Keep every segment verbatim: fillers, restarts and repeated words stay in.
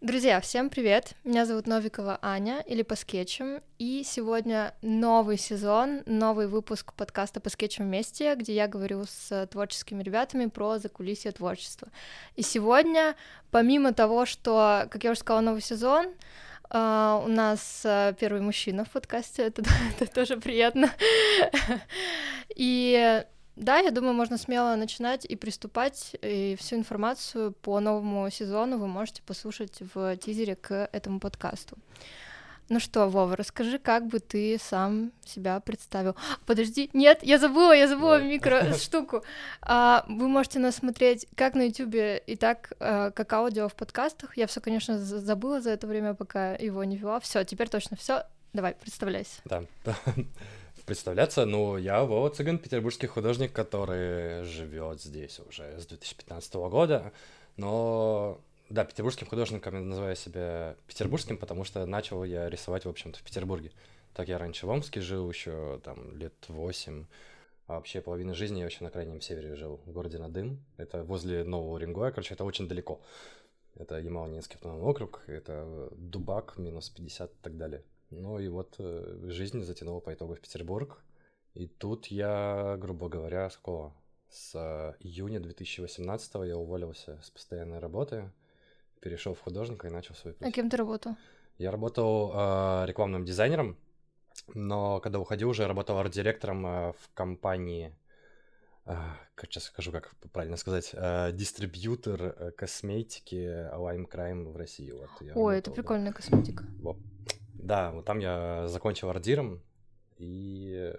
Друзья, всем привет! Меня зовут Новикова Аня, или по скетчам, и сегодня новый сезон, новый выпуск подкаста «По скетчам вместе», где я говорю с творческими ребятами про закулисье творчества. И сегодня, помимо того, что, как я уже сказала, новый сезон, Uh, у нас uh, первый мужчина в подкасте, это, это тоже приятно. И да, я думаю, можно смело начинать и приступать, и всю информацию по новому сезону вы можете послушать в тизере к этому подкасту. Ну что, Вова, расскажи, как бы ты сам себя представил. Подожди, нет, я забыла, я забыла Давай. микро-штуку. А, вы можете нас смотреть как на Ютубе и так, а, как аудио в подкастах. Я все, конечно, забыла за это время, пока его не вела. Все, теперь точно все. Давай, представляйся. Да. Представляться, ну, я Вова Цыган, петербургский художник, который живет здесь уже с две тысячи пятнадцатого года, но... Да, петербургским художником я называю себя петербургским, потому что начал я рисовать, в общем-то, в Петербурге. Так я раньше в Омске жил еще там лет восемь, а вообще половину жизни я еще на крайнем севере жил, в городе Надым. Это возле Нового Уренгоя, короче, это очень далеко. Это Ямало-Ненецкий автономный округ, это Дубак, минус пятьдесят и так далее. Ну и вот жизнь затянула по итогу в Петербург. И тут я, грубо говоря, с какого? С июня две тысячи восемнадцатого я уволился с постоянной работы. Перешел в художника и начал свой путь. А кем ты работал? Я работал э, рекламным дизайнером, но когда уходил, уже работал арт-директором э, в компании, э, как сейчас скажу, как правильно сказать, э, дистрибьютор э, косметики Lime Crime в России. Вот, Ой, работал, это прикольная да. косметика. Вот. Да, вот там я закончил арт-диром и,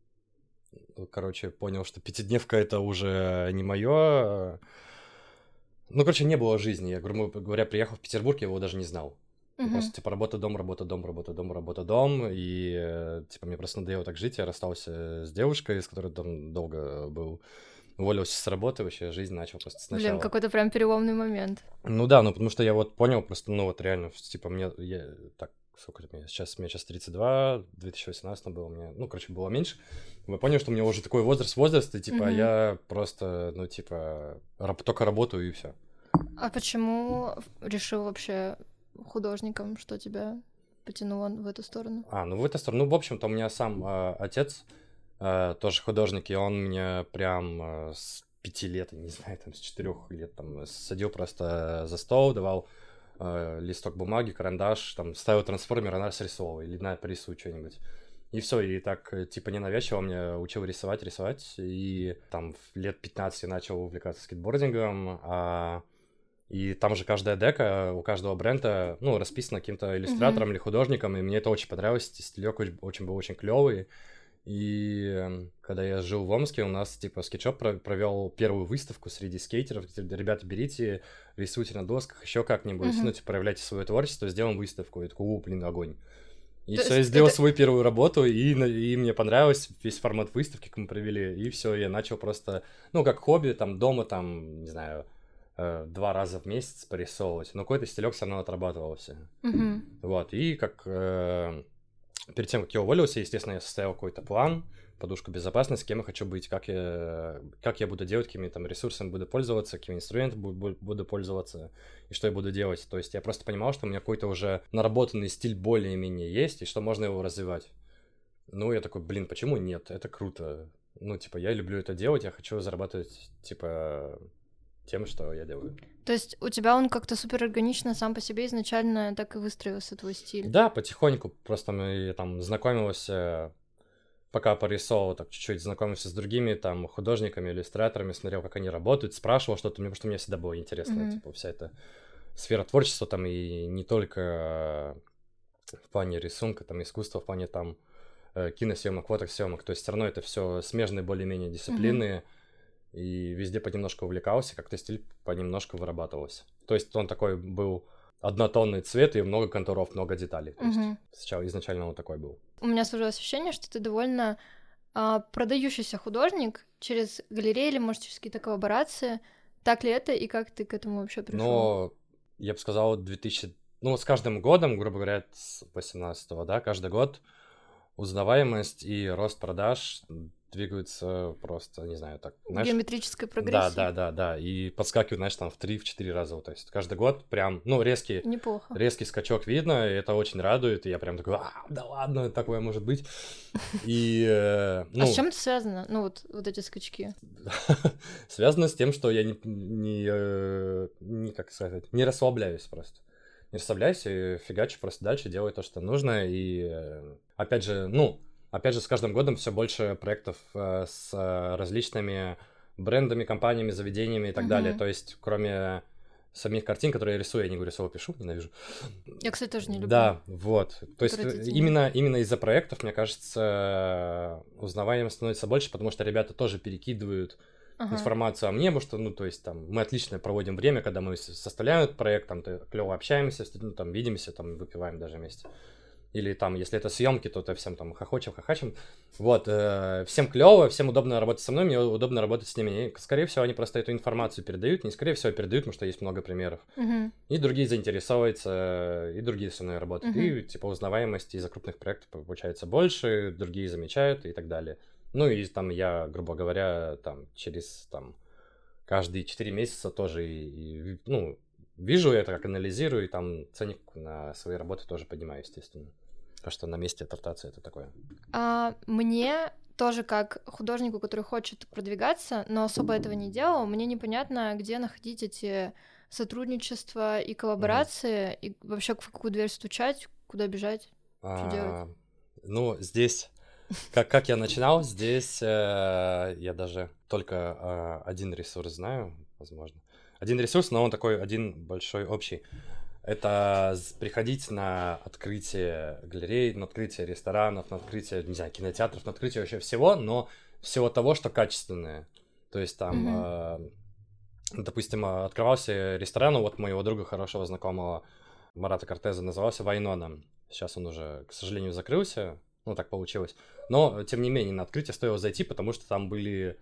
короче, понял, что пятидневка это уже не мое. Ну, короче, не было жизни. Я, грубо говоря, приехал в Петербург, я его даже не знал. Uh-huh. Просто, типа, работа, дом, работа, дом, работа, дом, работа, дом. И, типа, мне просто надоело так жить. Я расстался с девушкой, с которой там долго был. Уволился с работы, вообще жизнь начал просто сначала. Блин, какой-то прям переломный момент. Ну да, ну потому что я вот понял просто, ну вот реально, типа, мне... Я, так, сколько мне сейчас? Мне сейчас тридцать два, в две тысячи восемнадцатом было мне... Ну, короче, было меньше. Мы поняли, что у меня уже такой возраст, возраст, и, типа, uh-huh. я просто, ну, типа, раб- только работаю, и все. А почему решил вообще художником, что тебя потянуло в эту сторону? А, ну в эту сторону, ну, в общем-то, у меня сам э, отец э, тоже художник, и он меня прям э, с пяти лет, не знаю, там, с четырех лет, там, садил просто за стол, давал э, листок бумаги, карандаш, там, ставил трансформер, она срисовывала, или на, порисуй что-нибудь. И все, и так, типа, ненавязчиво мне учил рисовать, рисовать, и там в лет пятнадцать я начал увлекаться скейтбордингом, а... И там же каждая дека у каждого бренда, ну, расписана каким-то иллюстратором mm-hmm. или художником, и мне это очень понравилось, стилек очень, очень был очень клевый. И когда я жил в Омске, у нас, типа, скетчоп провел первую выставку среди скейтеров, где, ребята, берите, рисуйте на досках, еще как-нибудь, mm-hmm. ну, типа, проявляйте свое творчество, сделаем выставку. Я такой, о, блин, огонь. И все, я сделал это... свою первую работу, и, и мне понравилось весь формат выставки, как мы провели, и все, я начал просто, ну, как хобби, там, дома, там, не знаю, два раза в месяц порисовывать, но какой-то стилек все равно отрабатывался. Uh-huh. Вот, и как э, перед тем, как я уволился, естественно, я составил какой-то план, подушку безопасности, кем я хочу быть, как я, как я буду делать, какими там ресурсами буду пользоваться, какими инструментами буду, буду пользоваться, и что я буду делать. То есть я просто понимал, что у меня какой-то уже наработанный стиль более-менее есть, и что можно его развивать. Ну, я такой, блин, почему нет? Это круто. Ну, типа, я люблю это делать, я хочу зарабатывать, типа... тем, что я делаю. То есть у тебя он как-то супер органично сам по себе изначально так и выстроился, твой стиль? Да, потихоньку. Просто мы там знакомился, пока порисовал, так чуть-чуть знакомился с другими там художниками, иллюстраторами, смотрел, как они работают, спрашивал что-то, мне, потому что мне всегда было интересно, mm-hmm. типа, вся эта сфера творчества там, и не только в плане рисунка, там, искусства, в плане там киносъемок, фотосъемок, то есть все равно это все смежные более-менее дисциплины, mm-hmm. И везде понемножку увлекался, как-то стиль понемножку вырабатывался. То есть он такой был однотонный цвет и много контуров, много деталей. То есть uh-huh. сначала изначально он такой был. У меня сложилось ощущение, что ты довольно а, продающийся художник через галереи или, может, через какие-то коллаборации. Так ли это и как ты к этому вообще пришел? Ну, я бы сказал, две тысячи... Ну, с каждым годом, грубо говоря, с восемнадцатого, да, каждый год узнаваемость и рост продаж двигаются просто, не знаю, так, знаешь... Геометрической прогрессии. Да, да, да, да, и подскакивают, знаешь, там в три-четыре раза, то есть каждый год прям, ну, резкий... Неплохо. Резкий скачок видно, и это очень радует, и я прям такой, а, да ладно, такое может быть. И, э, ну... А с чем это связано, ну, вот, вот эти скачки? Связано с тем, что я не, не, не, как сказать, не расслабляюсь просто. Не расслабляюсь и фигачу просто дальше, делаю то, что нужно, и, опять же, ну... Опять же, с каждым годом все больше проектов э, с э, различными брендами, компаниями, заведениями и так uh-huh. далее. То есть, кроме самих картин, которые я рисую, я не говорю, слово пишу, ненавижу. Я, кстати, тоже не люблю. Да, вот. То есть, именно, именно из-за проектов, мне кажется, узнаванием становится больше, потому что ребята тоже перекидывают uh-huh. информацию о мне, потому что, ну, то есть, там, мы отлично проводим время, когда мы составляем этот проект, там, клево общаемся, ну, там, видимся, там, выпиваем даже вместе. Или там, если это съемки, то это всем там хохочем, хохачем. Вот, э, всем клево, всем удобно работать со мной, мне удобно работать с ними. И, скорее всего, они просто эту информацию передают, не скорее всего передают, потому что есть много примеров. Uh-huh. И другие заинтересовываются, и другие со мной работают. Uh-huh. И, типа, узнаваемость из-за крупных проектов получается больше, другие замечают и так далее. Ну, и там я, грубо говоря, там, через, там, каждые четыре месяца тоже, и, и, ну, вижу это, как анализирую, и там ценник на свои работы тоже поднимаю, естественно. Потому что на месте адаптации это такое. А, мне тоже как художнику, который хочет продвигаться, но особо этого не делал, мне непонятно, где находить эти сотрудничества и коллаборации, mm-hmm. и вообще в какую дверь стучать, куда бежать, а, что делать. Ну, здесь, как, как я начинал, здесь э, я даже только э, один ресурс знаю, возможно. Один ресурс, но он такой один большой общий. Это приходить на открытие галерей, на открытие ресторанов, на открытие, не знаю, кинотеатров, на открытие вообще всего, но всего того, что качественное. То есть там, mm-hmm. э, допустим, открывался ресторан у вот моего друга, хорошего знакомого Марата Кортеза, назывался Вайнона. Сейчас он уже, к сожалению, закрылся, ну так получилось. Но, тем не менее, на открытие стоило зайти, потому что там были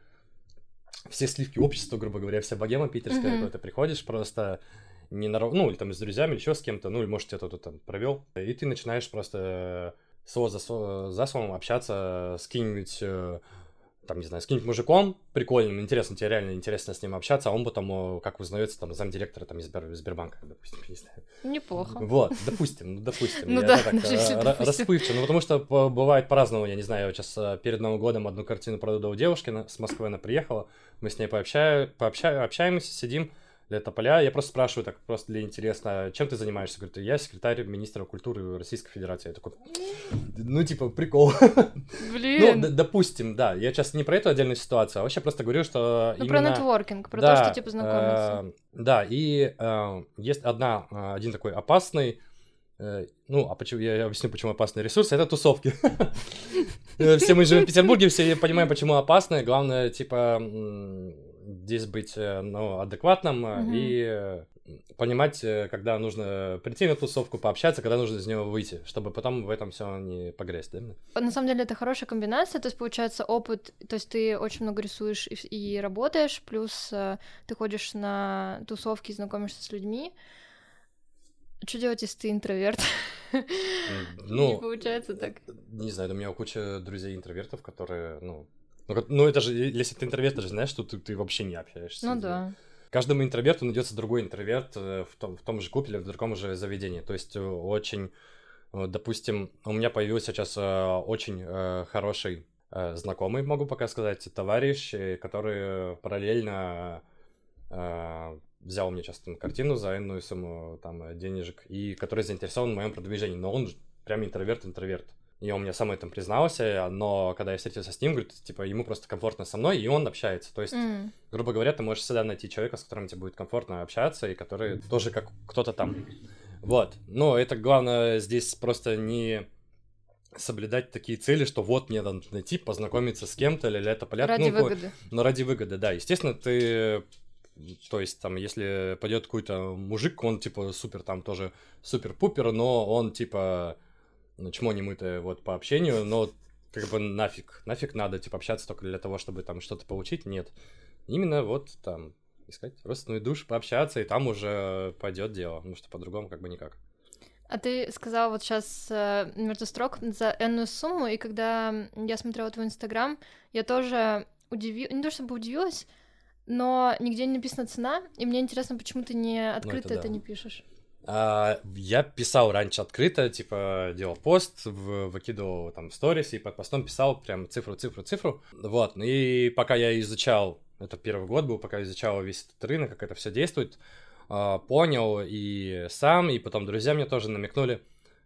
все сливки общества, грубо говоря, вся богема питерская, mm-hmm. куда ты приходишь просто... не на, ну, или там с друзьями, или еще с кем-то, ну, или, может, кто-то там провел, и ты начинаешь просто слово за, слово, за словом общаться с кем-нибудь, там, не знаю, с каким-нибудь мужиком прикольным, интересно, тебе реально интересно с ним общаться, а он потом, как узнается, там, замдиректора там, из Сбер, Сбербанка, допустим, не знаю. Неплохо. Вот, допустим, ну, допустим. Ну я да, так р- расплывчато, ну, потому что бывает по-разному, я не знаю, я сейчас перед Новым годом одну картину продал девушке, с Москвы она приехала, мы с ней пообщаю, пообщаю, общаемся, сидим, для тополя. Я просто спрашиваю, так просто для интересно, чем ты занимаешься? Говорит, я секретарь министра культуры Российской Федерации. Я такой, ну, типа, прикол. Блин. Ну, д- допустим, да. Я сейчас не про эту отдельную ситуацию, а вообще просто говорю, что ну, именно... про нетворкинг, про да, то, что, типа, знакомиться. Э- да, и э- есть одна, один такой опасный, э- ну, а почему, я объясню, почему опасный ресурс, это тусовки. Все мы живем в Петербурге, все понимаем, почему опасные. Главное, типа... здесь быть, ну, адекватным mm-hmm. и понимать, когда нужно прийти на тусовку, пообщаться, когда нужно из него выйти, чтобы потом в этом все не погрязть, да? На самом деле это хорошая комбинация, то есть получается опыт, то есть ты очень много рисуешь и, и работаешь, плюс ты ходишь на тусовки, знакомишься с людьми. Что делать, если ты интроверт? Ну, не получается так. Не знаю, у меня куча друзей-интровертов, которые, ну, Ну, ну, это же, если ты интроверт, ты же знаешь, что ты, ты вообще не общаешься. Ну да. Каждому интроверту найдется другой интроверт в том, в том же клубе или в другом же заведении. То есть очень, допустим, у меня появился сейчас очень хороший знакомый, могу пока сказать, товарищ, который параллельно взял мне сейчас там картину за энную сумму там денежек, и который заинтересован в моем продвижении. Но он прям интроверт-интроверт. И он мне сам этом признался, но когда я встретился с ним, говорит, типа, ему просто комфортно со мной, и он общается. То есть, mm. грубо говоря, ты можешь всегда найти человека, с которым тебе будет комфортно общаться, и который тоже как кто-то там. Вот. Но это главное здесь просто не соблюдать такие цели, что вот мне надо найти, познакомиться с кем-то, или это понятно. Ради ну, выгоды. Ну, ради выгоды, да. Естественно, ты... То есть, там, если пойдет какой-то мужик, он, типа, супер, там, тоже супер-пупер, но он, типа... ну, чмо немытое вот по общению, но как бы нафиг, нафиг надо, типа, общаться только для того, чтобы там что-то получить, нет. Именно вот там искать родственную душу, пообщаться, и там уже пойдет дело, потому что по-другому как бы никак. А ты сказала вот сейчас между строк за энную сумму, и когда я смотрела твой Инстаграм, я тоже удивилась, не то чтобы удивилась, но нигде не написана цена, и мне интересно, почему ты не открыто ну, это, это да. не пишешь? А, я писал раньше открыто, типа, делал пост, в, выкидывал там сторис, и под постом писал прям цифру, цифру, цифру. Вот, ну и пока я изучал, это первый год был, пока изучал весь этот рынок, как это все действует, понял и сам, и потом друзья мне тоже намекнули,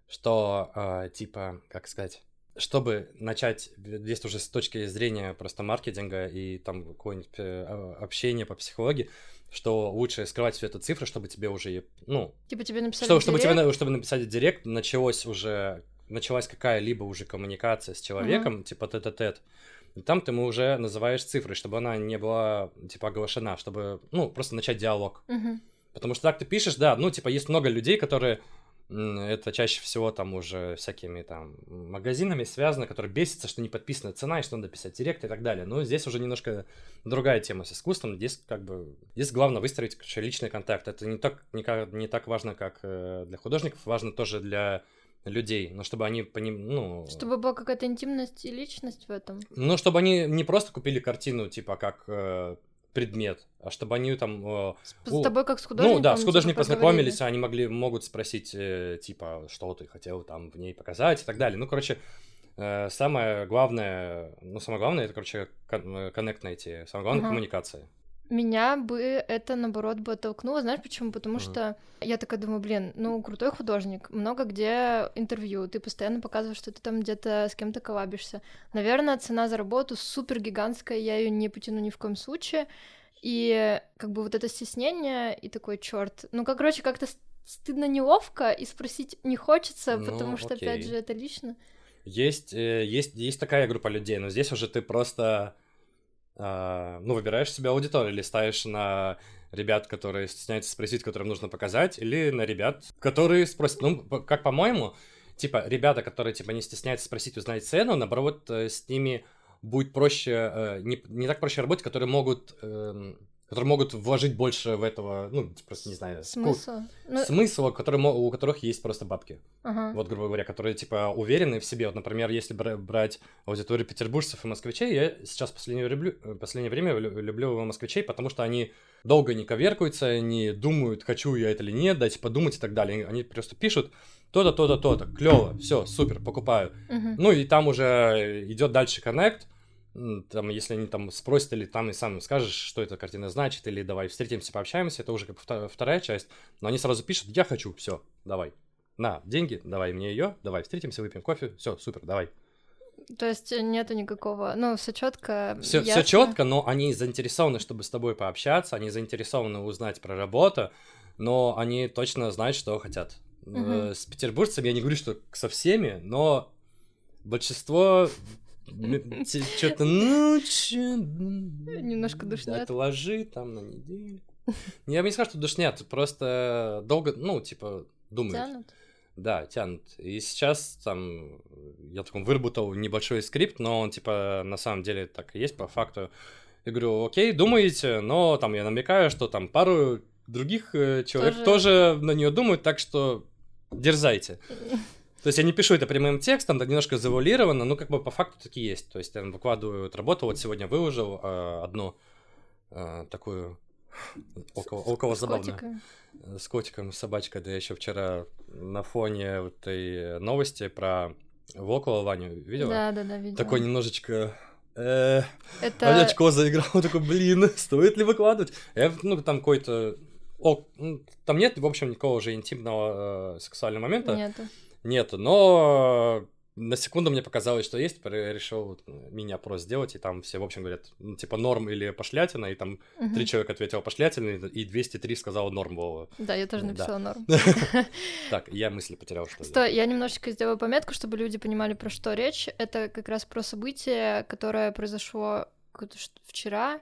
что, типа, как сказать, чтобы начать, здесь уже с точки зрения просто маркетинга и там какое-нибудь общение по психологии, что лучше скрывать всю эту цифру, чтобы тебе уже, ну... Типа тебе написали чтобы, в чтобы, директ? тебе, чтобы написать в директ, началось уже, началась какая-либо уже коммуникация с человеком, uh-huh. типа тет-а-тет. И там ты ему уже называешь цифры, чтобы она не была, типа, оглашена, чтобы, ну, просто начать диалог. Uh-huh. Потому что так ты пишешь, да, ну, типа, есть много людей, которые, это чаще всего там уже всякими там магазинами связано, которые бесятся, что не подписана цена, и что надо писать директ и так далее. Но здесь уже немножко другая тема с искусством. Здесь как бы, здесь главное выстроить личный контакт. Это не так, не, как, не так важно, как для художников, важно тоже для людей, но чтобы они поним... ну... Чтобы была какая-то интимность и личность в этом. Ну, чтобы они не просто купили картину, типа, как... предмет, а чтобы они там... Э, с у... тобой как с художником? Ну да, с художником типа, познакомились, они могли, могут спросить, э, типа, что ты хотел там в ней показать и так далее. Ну, короче, э, самое главное, ну, самое главное, это, короче, коннект найти, самое главное, uh-huh. коммуникация. Меня бы это, наоборот, бы оттолкнуло. Знаешь почему? Потому uh-huh. что я такая думаю, блин, ну, крутой художник, много где интервью, ты постоянно показываешь, что ты там где-то с кем-то коллабишься. Наверное, цена за работу супер гигантская, я ее не потяну ни в коем случае. И как бы вот это стеснение и такой, черт, ну, как, короче, как-то стыдно, неловко, и спросить не хочется, ну, потому что, окей. Опять же, это лично. Есть, есть, есть такая группа людей, но здесь уже ты просто... Uh, ну, выбираешь себе аудиторию, или ставишь на ребят, которые стесняются спросить, которым нужно показать, или на ребят, которые спросят. Ну, как по-моему, типа, ребята, которые, типа, не стесняются спросить, узнать цену, наоборот, с ними будет проще, не, не так проще работать, которые могут... которые могут вложить больше в этого, ну, просто, не знаю... Смысл? Ну... Смысл, который, у которых есть просто бабки. Ага. Вот, грубо говоря, которые, типа, уверены в себе. Вот, например, если брать аудиторию петербуржцев и москвичей, я сейчас в последнее, люблю, в последнее время люблю москвичей, потому что они долго не коверкаются, не думают, хочу я это или нет, дайте подумать и так далее. Они просто пишут то-то, то-то, то-то, клево, все, супер, покупаю. Угу. Ну, и там уже идет дальше коннект. Там, если они там спросят, или там и сам скажешь, что эта картина значит, или давай встретимся, пообщаемся, это уже как вторая часть, но они сразу пишут, я хочу, все, давай, на, деньги, давай мне ее, давай встретимся, выпьем кофе, все, супер, давай. То есть нету никакого, ну, все четко. Все, все четко, но они заинтересованы, чтобы с тобой пообщаться, они заинтересованы узнать про работу, но они точно знают, что хотят. Угу. С петербуржцами я не говорю, что со всеми, но большинство... Что-то, ну, че... Немножко душнят. Отложи там на неделю. Я бы не скажу, что душнят, просто долго, ну, типа, думают. Тянут? Да, тянут. И сейчас там я такой выработал небольшой скрипт, но он, типа, на самом деле так и есть по факту. Я говорю, окей, думаете, но там я намекаю, что там пару других человек тоже, тоже на нее думают, так что дерзайте. То есть я не пишу это прямым текстом, так немножко завуалировано, но как бы по факту таки есть. То есть я выкладываю эту работу, вот сегодня выложил э, одну э, такую около, около забавную. С котиком, с собачкой, да я еще вчера на фоне вот этой новости про Волкова Ваню видела? Да, да, да, видела. Такой немножечко... Э, это... очко заиграл, такой, блин, стоит ли выкладывать? Я, ну, там какой-то... О, там нет, в общем, никакого уже интимного э, сексуального момента. Нету. Нету, но на секунду мне показалось, что есть, решил мини-опрос сделать, и там все, в общем, говорят, ну, типа, норм или пошлятина, и там угу. три человека ответило пошлятина, и двести три сказала норм, Вова. Да, я тоже написала да. норм. Так, я мысли потерял, что ли. Стой, я немножечко сделаю пометку, чтобы люди понимали, про что речь. Это как раз про событие, которое произошло вчера,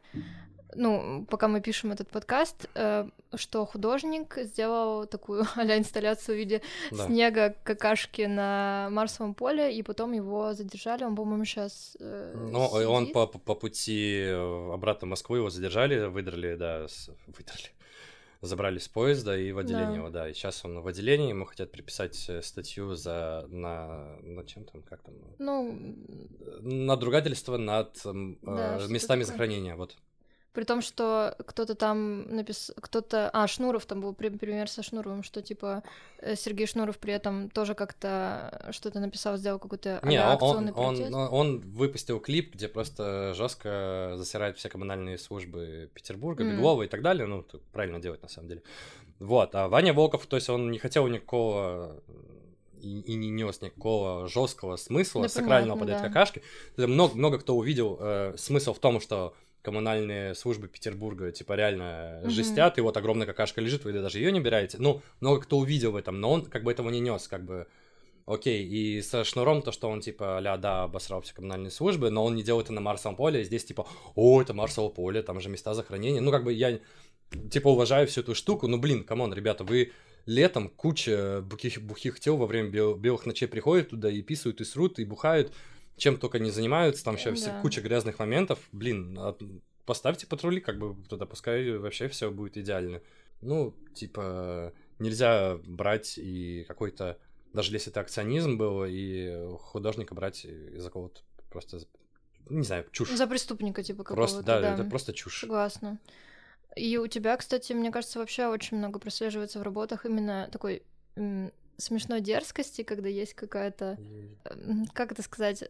ну, пока мы пишем этот подкаст, э, что художник сделал такую а-ля инсталляцию в виде да. снега, какашки на Марсовом поле, и потом его задержали, он, по-моему, сейчас э, Ну, сидит. он по, по пути обратно в Москву его задержали, выдрали, да, выдрали. забрали с поезда и в отделение Да. его, да. И сейчас он в отделении, ему хотят приписать статью за... на... на чем там, как там? Ну, Надругательство над да, э, что-то местами такое. захоронения, вот. При том, что кто-то там написал, кто-то, а, Шнуров, там был при- пример со Шнуровым, что, типа, э, Сергей Шнуров при этом тоже как-то что-то написал, сделал какой-то Не, а-ля он, акционный он, он, протест. он выпустил клип, где просто жестко засирает все коммунальные службы Петербурга, М. Беглова и так далее. Ну, это правильно делать, на самом деле. Вот, а Ваня Волков, то есть он не хотел никакого и, и не нес никакого жесткого смысла, Да, сакрального понятно, под этой да. какашки. Много, много кто увидел э, смысл в том, что коммунальные службы Петербурга, типа, реально Мгм. жестят, и вот огромная какашка лежит, вы даже ее не убираете. Ну, много кто увидел в этом, но он как бы этого не нес, как бы. Окей, и со Шнуром то, что он, типа, ля, да, обосрал все коммунальные службы, но он не делает это на Марсовом поле, и здесь, типа, о, это Марсово поле, там же места захоронения. Ну, как бы я, типа, уважаю всю эту штуку, ну, блин, камон, ребята, вы летом куча бухих, бухих тел во время бел- белых ночей приходят туда и писают, и срут, и бухают, чем только не занимаются, там еще Да. куча грязных моментов, блин, а- поставьте патрули, как бы, туда, пускай вообще все будет идеально. Ну, типа, нельзя брать и какой-то, даже если это акционизм был, и художника брать из-за кого-то просто, не знаю, чушь. За преступника, типа, Просто, какого-то, да, да. это просто чушь. Согласна. И у тебя, кстати, мне кажется, вообще очень много прослеживается в работах именно такой м, смешной дерзкости, когда есть какая-то, м, как это сказать,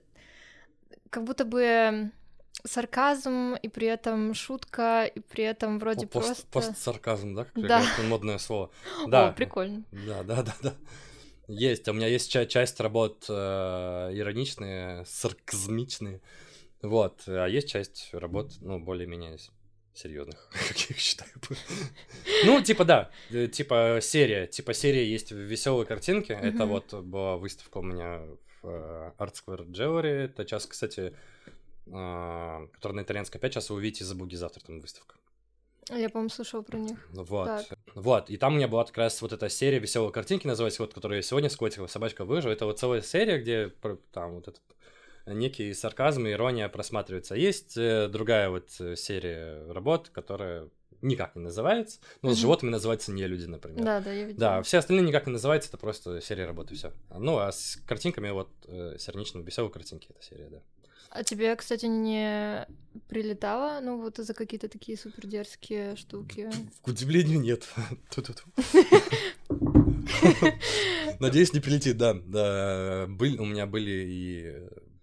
как будто бы сарказм, и при этом шутка, и при этом вроде Пост, просто... постсарказм, да? Как Да. говорят, модное слово. О, Да, прикольно. да, да, да, да. Есть, у меня есть ча- часть работ э, ироничные, сарказмичные, вот, а есть часть работ, ну, более-менее серьезных, как я их считаю. Ну, типа, да, э, типа серия, типа серия есть веселые картинки, это Мгм. вот была выставка у меня в э, Art Square Gallery, это сейчас, кстати, э, которая на итальянской опять, сейчас вы увидите за буги завтра там выставка. Я, по-моему, слышала про них. Вот, Так. вот, и там у меня была как раз вот эта серия веселые картинки, называется, вот, которую я сегодня с котиком, собачка выжил, это вот целая серия, где про- там вот этот некий сарказм и ирония просматривается. Есть э, другая вот э, серия работ, которая никак не называется, но с Мгм. животными называется не люди, например. Да, да, я видела. Да, все остальные никак не называются, это просто серия работ и все. Ну, а с картинками вот э, с ироничными веселые картинки, это серия, да. А тебе, кстати, не прилетало, ну, вот за какие-то такие супер дерзкие штуки? К удивлению, нет. Ту-ту-ту. Надеюсь, не прилетит, да. Да, были, у меня были и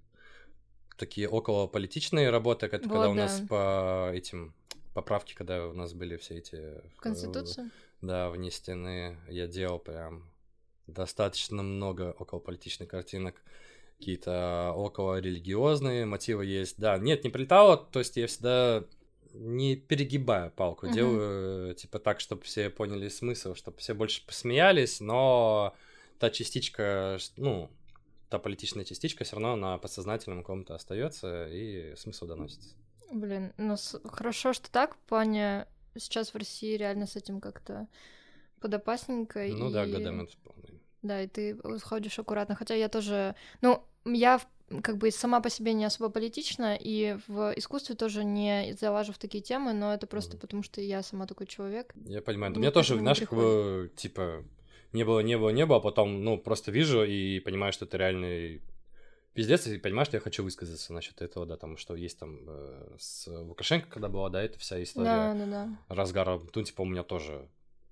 такие околополитичные работы, это Вот, когда у да. нас по этим поправки, когда у нас были все эти... э, Конституцию? Да, внесены. Я делал прям достаточно много околополитичных картинок. Какие-то околорелигиозные мотивы есть. Да, нет, не прилетало, то есть я всегда не перегибаю палку, Мгм. делаю типа так, чтобы все поняли смысл, чтобы все больше посмеялись, но та частичка, ш- ну, та политичная частичка все равно на подсознательном каком-то остается и смысл доносится. Блин, ну с- хорошо, что так, в плане сейчас в России реально с этим как-то подопасненько, Ну и... да, годэмэд полный. Да, и ты ходишь аккуратно. Хотя я тоже... Ну, я в- как бы сама по себе не особо политична, и в искусстве тоже не залажу в такие темы, но это просто Мгм. потому, что я сама такой человек. Я понимаю. Да Мне мне к тоже, этому не знаешь, как приходит. бы, типа, не было, не было, не было, а потом, ну, просто вижу и понимаю, что это реальный пиздец, и понимаю, что я хочу высказаться насчет этого, да, там, что есть там э, с Лукашенко, когда была, да, эта вся история Да, да, да. разгара, ну, типа, у меня тоже,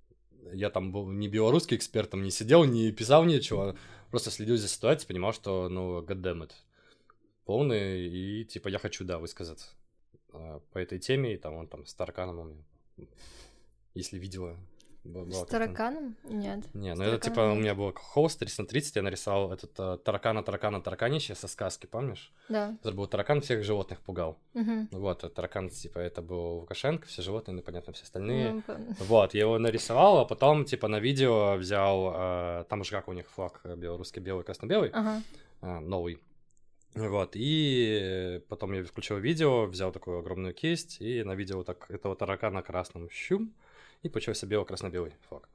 я там был не белорусский эксперт, там не сидел, не писал ничего, просто следил за ситуацией, понимал, что, ну, goddammit, полный, и, типа, я хочу, да, высказаться э, по этой теме, и там он там с тараканом у меня, если видела. б- была С картина. тараканом? Нет. Не, С ну это типа тараканом у нет. меня был холст триста на тридцать, я нарисовал этот э, таракана, таракана, тараканище со сказки, помнишь? Да. Это был таракан, всех животных пугал. Мгм. Вот, а таракан, типа, это был Лукашенко, все животные, ну, понятно, все остальные. Ну, пон- Вот, я его нарисовал, а потом, типа, на видео взял, э, там же как у них флаг э, белорусский белый, красно-белый, Ага. э, новый. Вот, и потом я включил видео, взял такую огромную кисть, и на видео так этого таракана красным щум, и получился бело-красно-белый флаг.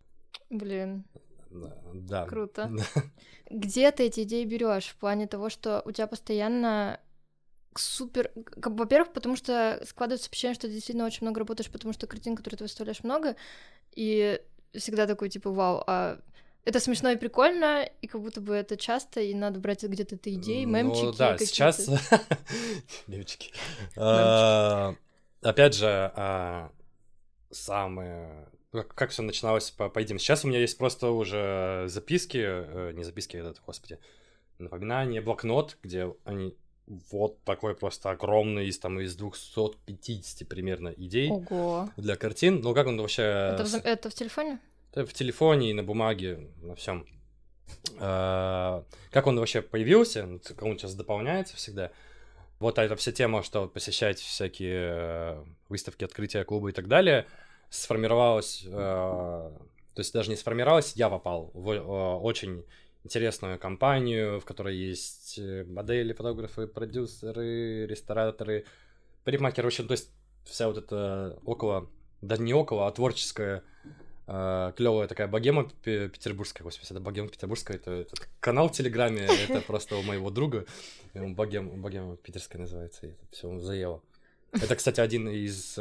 Блин, Да, да. круто. Да. Где ты эти идеи берешь в плане того, что у тебя постоянно супер... Как бы, во-первых, потому что складывается впечатление, что ты действительно очень много работаешь, потому что картин, которые ты выставляешь, много, и всегда такой, типа, вау, а это смешно и прикольно, и как будто бы это часто, и надо брать где-то это идеи, мемчики Ну да, какие-то. сейчас... Мемчики. А, Опять же, а, самое... Как, как все начиналось по, по идеям. Сейчас у меня есть просто уже записки, э, не записки, это, господи, напоминания, блокнот, где они вот такой просто огромный, из, там, из двухсот пятидесяти примерно идей. Ого. Для картин. Ну, как он вообще... Это в, это в телефоне? Это в телефоне и на бумаге, на всем. А, как он вообще появился, как он сейчас дополняется всегда. Вот эта вся тема, что посещать всякие выставки, открытия, клубы и так далее, сформировалась, э, то есть даже не сформировалась, я попал в э, очень интересную компанию, в которой есть модели, фотографы, продюсеры, рестораторы, парикмахеры, в общем, то есть вся вот эта около, даже не около, а творческая, э, клевая такая богема петербургская, господи, это богема петербургская, это, это канал в Телеграме, это просто у моего друга, богема, богема питерская называется, и это все заело. Это, кстати, один из...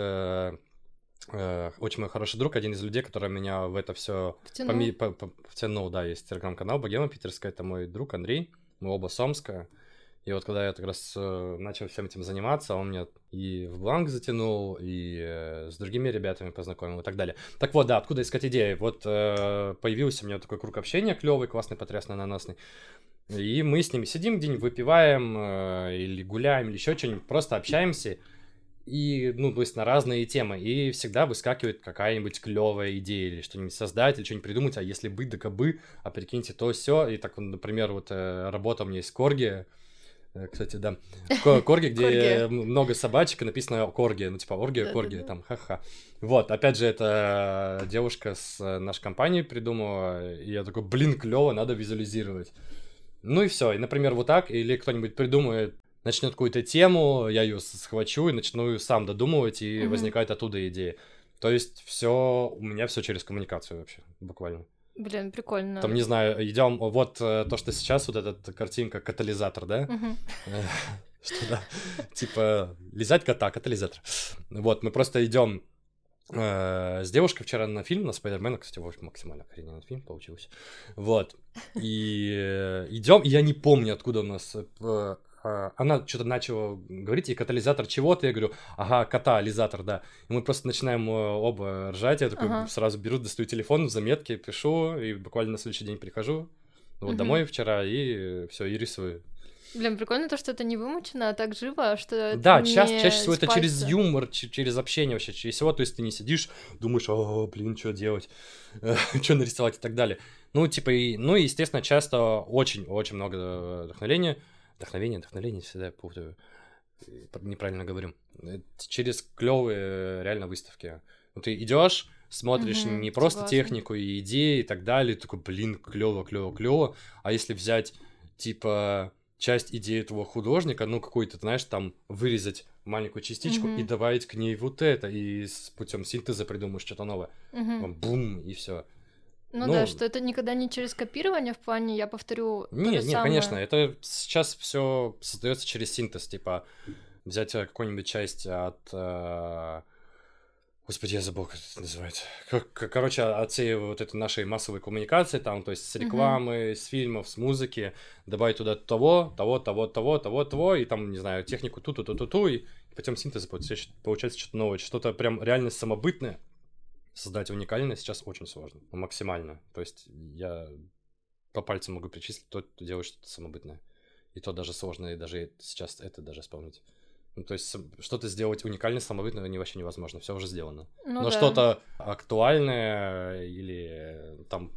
Uh, очень мой хороший друг, один из людей, который меня в это все втянул. Поми... по... По... втянул, да, есть телеграм-канал Богема Питерская, это мой друг Андрей, мы оба с Омска, и вот когда я как раз uh, начал всем этим заниматься, он меня и в бланк затянул, и uh, с другими ребятами познакомил и так далее. Так вот, да, откуда искать идеи? Вот uh, появился у меня такой круг общения клевый, классный, потрясный, ананасный, и мы с ними сидим где-нибудь, выпиваем, uh, или гуляем, или еще что-нибудь, просто общаемся. И, ну, то есть на разные темы. И всегда выскакивает какая-нибудь клевая идея или что-нибудь создать, или что-нибудь придумать. А если быть, да кабы, а прикиньте, то все. И так, например, вот э, работа у меня есть Корги. Э, кстати, да. Корги, где много собачек, и написано Корги. Ну, типа, Оргия, Корги, там, ха-ха. Вот, опять же, это девушка с нашей компании придумала. И я такой, блин, клево, надо визуализировать. Ну и все. И, например, вот так. Или кто-нибудь придумает, начнет какую-то тему, я ее схвачу и начну ее сам додумывать, и mm-hmm. возникает оттуда идея. То есть все у меня все через коммуникацию вообще, буквально. Блин, прикольно. Там, не знаю, идем, вот то, что сейчас, вот эта картинка катализатор, да? Mm-hmm. Что да? Типа лизать кота, катализатор. Вот, мы просто идем с девушкой вчера на фильм, на Спайдермена, кстати, в общем, максимально охрененный фильм получился. Вот. И идем, и я не помню, откуда у нас... Она что-то начала говорить, и катализатор чего-то, я говорю, ага, катализатор, да. И мы просто начинаем оба ржать, я такой ага. сразу беру, достаю телефон, в заметки, пишу, и буквально на следующий день прихожу, вот угу. домой вчера, и все, и рисую. Блин, прикольно то, что это не вымучено, а так живо, что да, это чаще, не чаще всего спальца. Это через юмор, через общение вообще, через всего, то есть ты не сидишь, думаешь, о, блин, что делать, что нарисовать и так далее. Ну, типа, и, ну, и, естественно, часто очень-очень много вдохновения, Вдохновение, вдохновение, всегда путаю, неправильно говорю. Через клевые реально выставки. Ну, ты идешь, смотришь mm-hmm, не просто согласна. Технику и идеи и так далее, такой, блин, клево, клево, клево. А если взять, типа, часть идеи этого художника, ну, какой-то, знаешь, там, вырезать маленькую частичку mm-hmm. и добавить к ней вот это, и с путем синтеза придумаешь что-то новое. Mm-hmm. Бум, и все. Ну, ну да, что это никогда не через копирование в плане, я повторю. Нет, нет, самое... конечно, это сейчас все создается через синтез, типа взять какую-нибудь часть от, э... господи, я забыл, как это называется. Короче, от всей вот этой нашей массовой коммуникации, там, то есть с рекламы, uh-huh. с фильмов, с музыки, добавить туда того, того, того, того, того, того, и там, не знаю, технику ту-ту-ту-ту-ту, и путем синтеза получается что-то новое, что-то прям реально самобытное. Создать уникально сейчас очень сложно, максимально. То есть я по пальцам могу перечислить то, кто делает что-то самобытное. И то даже сложно, и даже сейчас это даже исполнить. Ну, то есть что-то сделать уникально, самобытное не вообще невозможно, все уже сделано. Ну, Но да. Что-то актуальное или там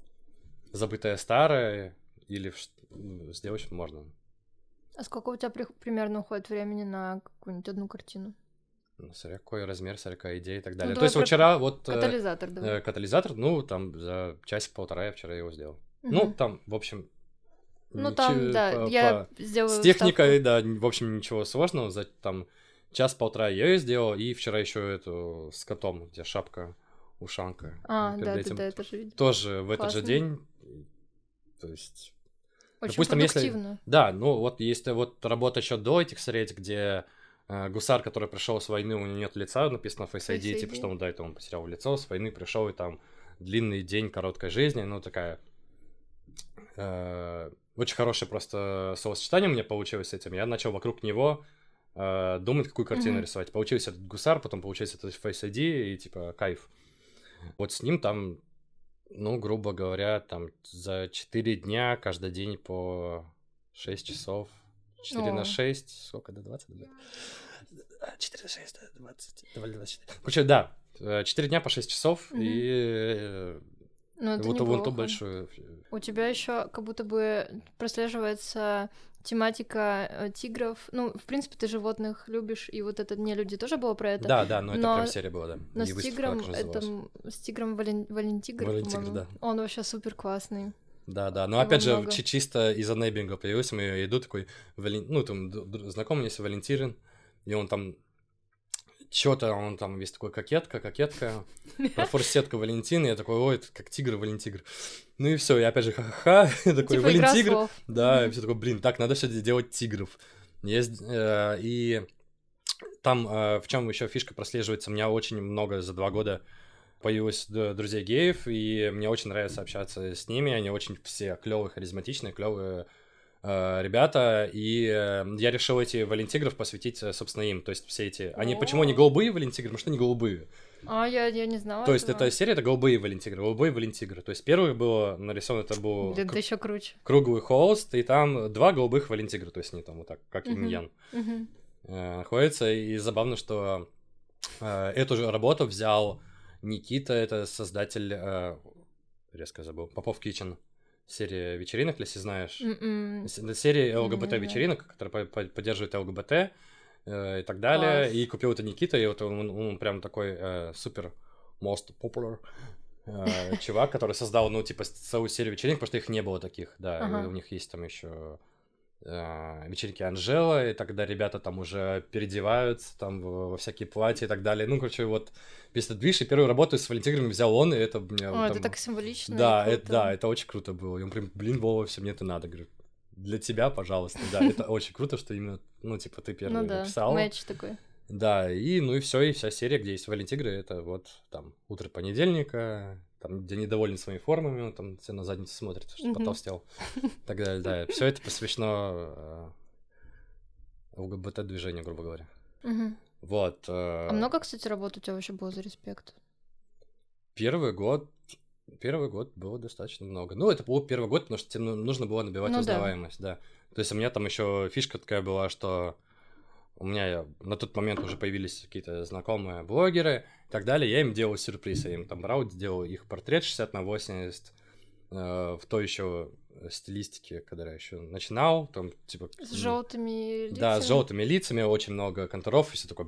забытое старое, или сделать можно. А сколько у тебя при- примерно уходит времени на какую-нибудь одну картину? Смотря какой размер, смотря какая идея и так далее. Ну, то есть вот вчера вот... Катализатор, да. Э, катализатор, ну, там за часик-полтора я вчера его сделал. Угу. Ну, там, в общем... Ну, ничего, там, да, по, я по... сделаю С техникой, ставку. Да, в общем, ничего сложного. За там час-полтора я ее сделал, и вчера еще эту с котом, где шапка, ушанка. А, да, да, да, это же видел. Тоже в Классно. Этот же день. То есть... Очень Допустим, продуктивно. Если... Да, ну вот есть вот работа еще до этих встреч, где э, гусар, который пришел с войны, у него нет лица, написано Face ай ди, Face типа, что он, да, это он потерял лицо, с войны пришел, и там длинный день короткой жизни, ну, такая... Э, очень хорошее просто словосочетание у меня получилось с этим. Я начал вокруг него э, думать, какую картину mm-hmm. рисовать. Получился этот гусар, потом получился этот Face ай ди, и типа кайф. Вот с ним там, ну, грубо говоря, там за четыре дня каждый день по шесть часов. четыре на шесть, сколько, до двадцать? четыре на шесть, двадцать, двадцать четыре. Короче, да, четыре дня по шесть часов, mm-hmm. и... Ну, это вот неплохо. вон ту большую. У тебя еще как будто бы прослеживается тематика э, тигров. Ну, в принципе, ты животных любишь, и вот это «Не люди» тоже было про это. Да, да, но, но это прям серия была, да. Но и с тигром, это, с тигром Вален... Валентигр, Валентигр, по-моему. Да. Он вообще супер классный. Да, да, но Его опять много. же, чисто из-за нейбинга появился, я иду такой, Вален... ну, там, знакомый есть Валентирин, и он там что-то, он там весь такой кокетка, кокетка, про форсетку Валентина, я такой, ой, это как тигр, Валентигр. Ну и все, и опять же, ха-ха-ха, такой, типа Валентигр. Да, и все такое, блин, так, надо все делать тигров. Есть, э, и там, э, в чем еще фишка прослеживается, у меня очень много за два года появилось друзей геев, и мне очень нравится общаться с ними, они очень все клевые, харизматичные, клевые ребята, и я решил эти Валентигров посвятить, собственно, им. То есть все эти... Они почему они голубые Валентигры? Потому что они голубые. А, я, я не знала. То есть эта серия — это голубые Валентигры, голубые Валентигры. То есть первый было нарисовано, это был... Да, к... еще круче. Круглый холст, и там два голубых Валентигра, то есть они там вот так, как uh-huh. инь-ян, uh-huh. находятся. И забавно, что эту же работу взял Никита, это создатель... Резко забыл. Попов Китчен. Серия вечеринок, если знаешь. Mm-mm. Серия ЛГБТ-вечеринок, которая поддерживает ЛГБТ э, и так далее. Класс. И купил это Никита, и вот он, он прям такой э, супер most popular э, чувак, который создал, ну, типа, целую серию вечеринок, потому что их не было таких, да. Uh-huh. У них есть там еще э, вечеринки Анжела, и тогда ребята там уже переодеваются там во, во всякие платья и так далее. Ну, короче, вот весь этот движ, и первую работу с Валентиграми взял он, и это... Меня, О, там... это так символично. Да, это, да, это очень круто было. И он прям, блин, Вова, все, мне это надо. Говорю, для тебя, пожалуйста. Да, это очень круто, что именно, ну, типа, ты первый ну, да, написал. матч такой. Да, и, ну, и все, и вся серия, где есть Валентигры, это вот там утро понедельника, там, где недоволен своими формами, он там все на задницу смотрит, что mm-hmm. потолстел. Так далее, да. Все это посвящено ЛГБТ-движению, грубо говоря. Mm-hmm. Вот. А много, кстати, работ у тебя вообще было за респект? Первый год, первый год было достаточно много. Ну, это был первый год, потому что тебе нужно было набивать ну, узнаваемость, да. да. То есть у меня там еще фишка такая была, что у меня на тот момент уже появились какие-то знакомые блогеры и так далее. Я им делал сюрприз, я им там брал, делал их портрет шестьдесят на восемьдесят э, в той еще стилистике, когда я еще начинал, там типа... С желтыми лицами? Да, с желтыми лицами, очень много контуров, и все такое...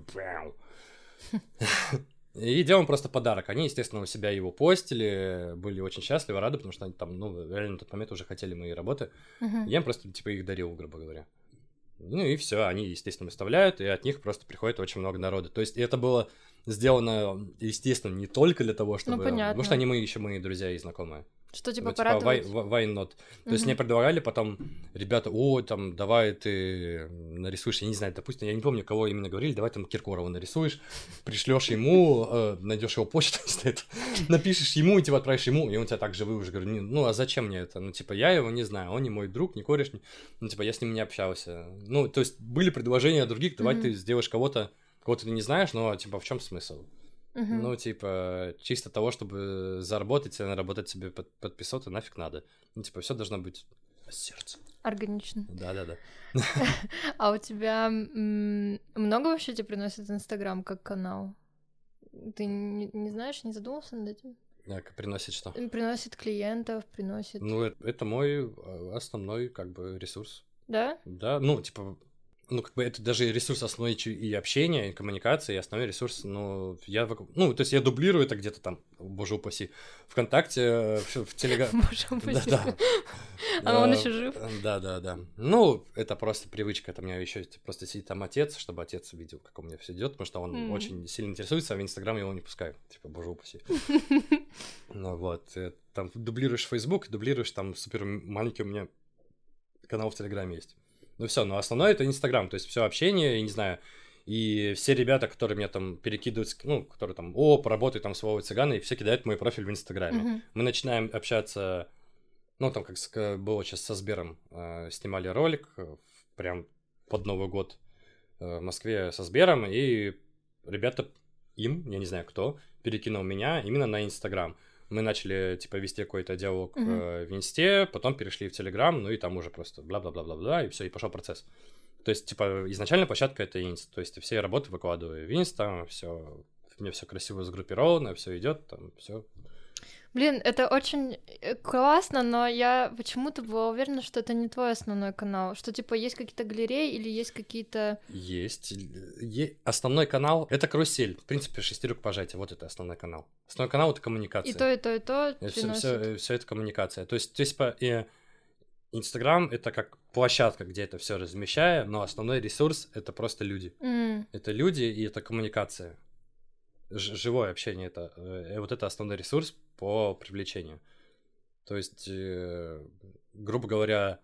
И делаем просто подарок. Они, естественно, у себя его постили, были очень счастливы, рады, потому что они там, ну, реально на тот момент уже хотели мои работы. Uh-huh. Я им просто, типа, их дарил, грубо говоря. Ну и все, они, естественно, выставляют, и от них просто приходит очень много народа. То есть это было сделано, естественно, не только для того, чтобы... Ну, понятно. Потому что они мы еще мои друзья и знакомые. Что, типа, вот, порадовать? Типа, why, why not? То uh-huh. есть мне предлагали потом, ребята, о, там, давай ты нарисуешь, я не знаю, допустим, я не помню, кого именно говорили, давай там Киркорова нарисуешь, пришлешь ему, э, найдешь его почту, стоит, напишешь ему, и типа отправишь ему, и он тебя так же выложит. Говорю, ну, а зачем мне это? Ну, типа, я его не знаю, он не мой друг, не кореш, не... ну, типа, я с ним не общался. Ну, то есть были предложения других, давай uh-huh. ты сделаешь кого-то, кого ты не знаешь, но, типа, в чем смысл? Uh-huh. Ну, типа, чисто того, чтобы заработать, наработать себе под, подписоты, нафиг надо. Ну, типа, все должно быть с сердцем. Органично. Да-да-да. А у тебя много вообще тебе приносит Инстаграм как канал? Ты не, не знаешь, не задумался над этим? Так, приносит что? Приносит клиентов, приносит... Ну, это, это мой основной, как бы, ресурс. Да? Да, ну, типа... Ну, как бы это даже ресурс основной и общения, и коммуникации, и основной ресурс, ну, я, ну, то есть я дублирую это где-то там, боже упаси, ВКонтакте, в, в Телеграм. Боже упаси. Да, а он еще жив? Да, да, да. Ну, это просто привычка, это у меня еще просто сидит там отец, чтобы отец видел, как у меня все идет, потому что он mm. очень сильно интересуется, а в Инстаграм его не пускаю, типа, боже упаси. Ну, вот, там дублируешь Facebook, дублируешь там супер маленький у меня канал в Телеграме есть. Ну все, но основное это Инстаграм, то есть все общение, я не знаю, и все ребята, которые мне там перекидывают, ну, которые там, о, поработай там с Вовой Цыганой, все кидают мой профиль в Инстаграме. Мгм. Мы начинаем общаться, ну, там, как ска- было сейчас со Сбером, э, снимали ролик э, прям под Новый год э, в Москве со Сбером, и ребята, им, я не знаю кто, перекинул меня именно на Инстаграм. Мы начали, типа, вести какой-то диалог Мгм. э, в Инсте, потом перешли в Телеграм, ну и там уже просто бла-бла-бла-бла-бла, и все, и пошел процесс. То есть, типа, изначально площадка это Инст, то есть все работы выкладываю в Инст, там все, мне все красиво сгруппировано, все идет, там все. Блин, это очень э, классно, но я почему-то была уверена, что это не твой основной канал, что типа есть какие-то галереи или есть какие-то... Есть. Е- Основной канал — это карусель. В принципе, шестерюк пожатия. Вот это основной канал. Основной канал — это коммуникация. И то, и то, и то Все, приносит. все, это коммуникация. То есть, то есть по, и Инстаграм — это как площадка, где это все размещаю, но основной ресурс — это просто люди. М, Это люди и это коммуникация. Ж- живое общение — это э, вот это основной ресурс по привлечению. То есть, э, грубо говоря,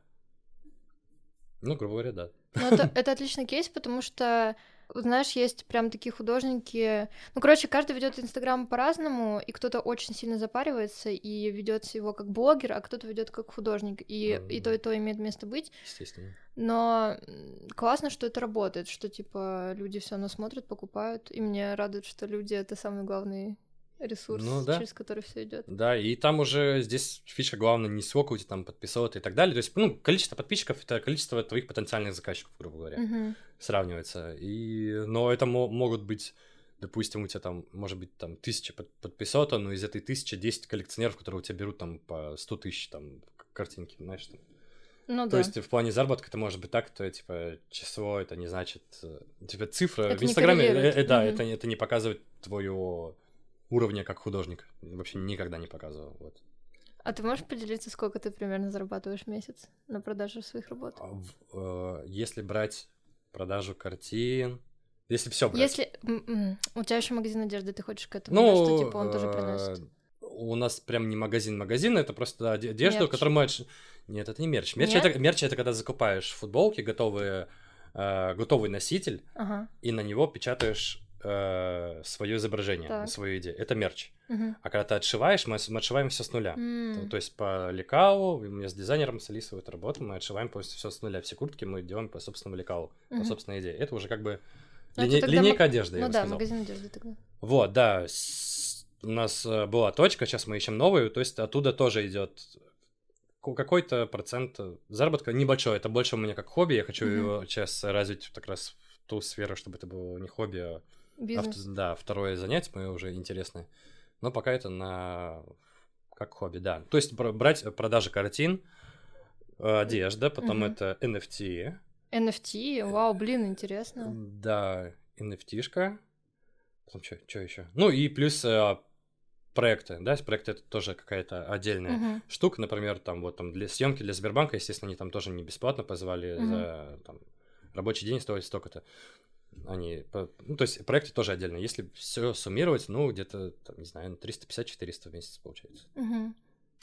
ну, грубо говоря, да. Ну, это, это отличный кейс, потому что, вот знаешь, есть прям такие художники. Ну, короче, каждый ведет Инстаграм по-разному, и кто-то очень сильно запаривается и ведет его как блогер, а кто-то ведет как художник. И, и то, и то имеет место быть. Естественно. Но м, классно, что это работает, что типа люди все равно смотрят, покупают. И мне радует, что люди это самый главный ресурс, Ну да. через который все идет. Да, и там уже здесь фишка главное не сколько у тебя там подписоты и так далее. То есть, ну, количество подписчиков — это количество твоих потенциальных заказчиков, грубо говоря, Мгм. сравнивается. И, но это мо- могут быть, допустим, у тебя там, может быть, там тысяча под- подписота, но из этой тысячи десять коллекционеров, которые у тебя берут там по сто тысяч там к- картинки, знаешь, там. Ну То да. есть в плане заработка это может быть так, то типа число это не значит, э, типа цифра Это в не Инстаграме, э, коррелирует. э, да, Мгм. это, это не показывает твоего уровня как художника. Вообще никогда не показывал. Вот. А ты можешь поделиться, сколько ты примерно зарабатываешь в месяц на продаже своих работ? А в- э, Если брать продажу картин, если все брать, Если м, м, у тебя еще магазин одежды, ты хочешь к этому, да, ну, что типа он тоже э, приносит? у нас прям не магазин-магазин, это просто оде- одежда, Мерч. которую мы... отш- Нет, это не мерч. Мерч, Нет? это, мерч это когда закупаешь футболки, готовые, э, готовый носитель, Ага. и на него печатаешь свое изображение, Так. свою идею. Это мерч. Мгм. А когда ты отшиваешь, мы, мы отшиваем все с нуля. М. То, то есть по лекалу, у меня с дизайнером, с Алисой вот работаем, мы отшиваем полностью все с нуля. Все куртки мы делаем по собственному лекалу, по Мгм. собственной идее. Это уже как бы Ну, это лине- тогда линейка маг- одежды, я Ну бы да, сказал. магазин одежды тогда. Вот, да. с- У нас э, была точка, сейчас мы ищем новую, то есть оттуда тоже идет какой-то процент заработка, небольшой, это больше у меня как хобби, я хочу Мгм. его сейчас развить как раз в ту сферу, чтобы это было не хобби, а Бизнес. авто- да, второе занятие мое уже интересное. Но пока это на как хобби, да. То есть бр- брать продажи картин, э, одежда, потом Мгм. это эн эф ти, эн эф ти, вау, блин, интересно. да, эн эф ти-шка, потом что еще? Ну и плюс э, проекты, да, проекты это тоже какая-то отдельная Мгм. штука, например, там вот там для съемки для Сбербанка, естественно, они там тоже не бесплатно позвали Мгм. за там, рабочий день стоит столько-то. Они, по- ну, то есть проекты тоже отдельно. Если все суммировать, ну, где-то, там, не знаю, триста пятьдесят - четыреста в месяц получается. Мгм.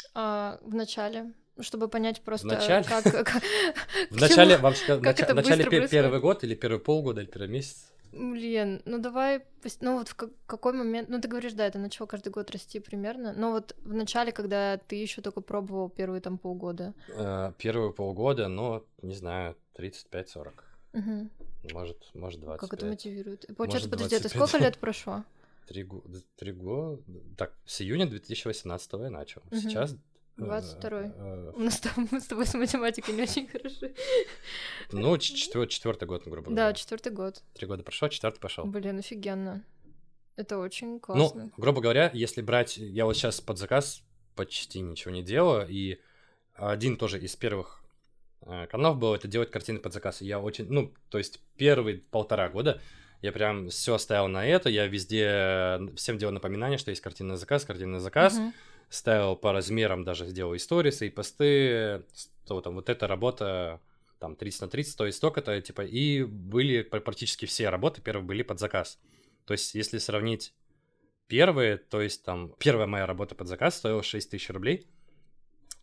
А в начале, чтобы понять просто, начале? как... как- В к начале, чему- вообще, в как начале, это в начале быстро пе- происходит? первый год или первый полгода, или первый месяц. Блин, ну давай, пос- ну вот в ка- какой момент, ну ты говоришь, да, это начало каждый год расти примерно, но вот в начале, когда ты еще только пробовал первые там полгода. Э, Первые полгода, ну, не знаю, тридцать пять - сорок. Мгм. Может, может, двадцать Как это пять. мотивирует? И Получается, Может, подожди, это двадцать пять. сколько лет прошло? Три года, три года. Так, с июня две тысячи восемнадцатого я начал. Мгм. Сейчас... э, двадцать второй. э, У нас там мы с тобой с математикой не очень хороши. Ну, ч- четвер- четвертый год, грубо Да, говоря. четвертый год. Три года прошло, четвертый пошел. Блин, офигенно. Это очень Ну, классно. грубо говоря, если брать... Я вот сейчас под заказ почти ничего не делаю, и один тоже из первых э, каналов был это делать картины под заказ. И я очень... Ну, то есть первые полтора года я прям все ставил на это, я везде всем делал напоминание, что есть картинный заказ, картинный заказ. Мгм. Ставил по размерам, даже сделал и сторисы, и посты, что там, вот эта работа, там, тридцать на тридцать стоит столько-то, типа, и были пр- практически все работы первые были под заказ. То есть, если сравнить первые, то есть, там, первая моя работа под заказ стоила шесть тысяч рублей,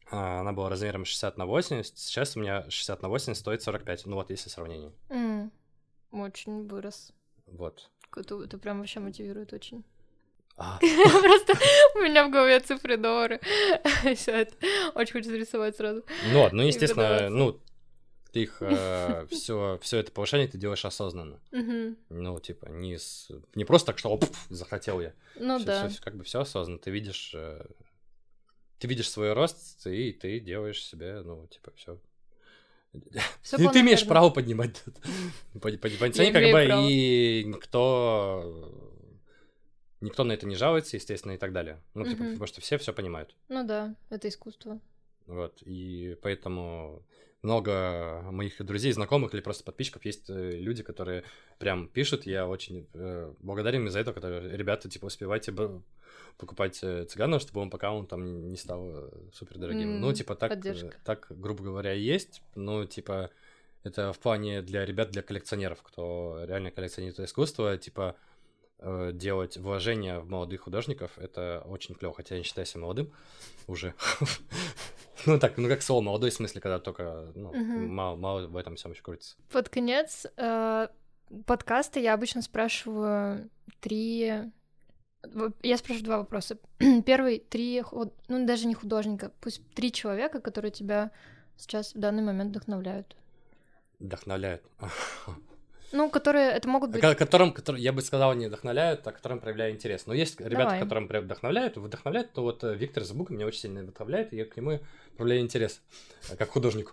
Она была размером шестьдесят на восемьдесят, сейчас у меня шестьдесят на восемьдесят стоит сорок пять, ну вот если сравнение. Mm. Очень вырос. Вот. Это, это прям вообще мотивирует очень. А. Просто у меня в голове цифры, доллары. Все это. Очень хочется рисовать сразу. Ну, ну естественно, ну, ты их э, все, все это повышение ты делаешь осознанно. Uh-huh. Ну, типа, не, с... не просто так, что оп, захотел я. Ну всё, да. Всё, как бы все осознанно. Ты видишь, э, ты видишь свой рост, и ты делаешь себе, ну, типа, все. И ты имеешь право поднимать. Поднимать, как бы, и никто. Никто на это не жалуется, естественно, и так далее. Ну, типа, uh-huh. потому что все все понимают. Ну да, это искусство. Вот, и поэтому много моих друзей, знакомых или просто подписчиков есть люди, которые прям пишут, я очень э, благодарен им за это, которые, ребята, типа, успевайте б- покупать цыганов, чтобы он пока он там не стал супер дорогим. Mm, ну, типа, так, так, грубо говоря, и есть, ну, типа, это в плане для ребят, для коллекционеров, кто реально коллекционирует искусство, типа, э, делать вложения в молодых художников, это очень клево, хотя я не считаю себя молодым уже. Ну так, ну как слово молодой, в смысле, когда только ну, uh-huh. мало, мало в этом всем еще крутится. Под конец э, подкаста я обычно спрашиваю три... Я спрашиваю два вопроса. Первый, три, худ... ну даже не художника, пусть три человека, которые тебя сейчас в данный момент вдохновляют. Вдохновляют? Ну, которые, это могут быть... Которым, которым, я бы сказал, не вдохновляют, а которым проявляю интерес. Но есть ребята, Давай. которым вдохновляют, вдохновляют, то вот Виктор Забуга меня очень сильно вдохновляет, и я к нему проявляю интерес, как художнику.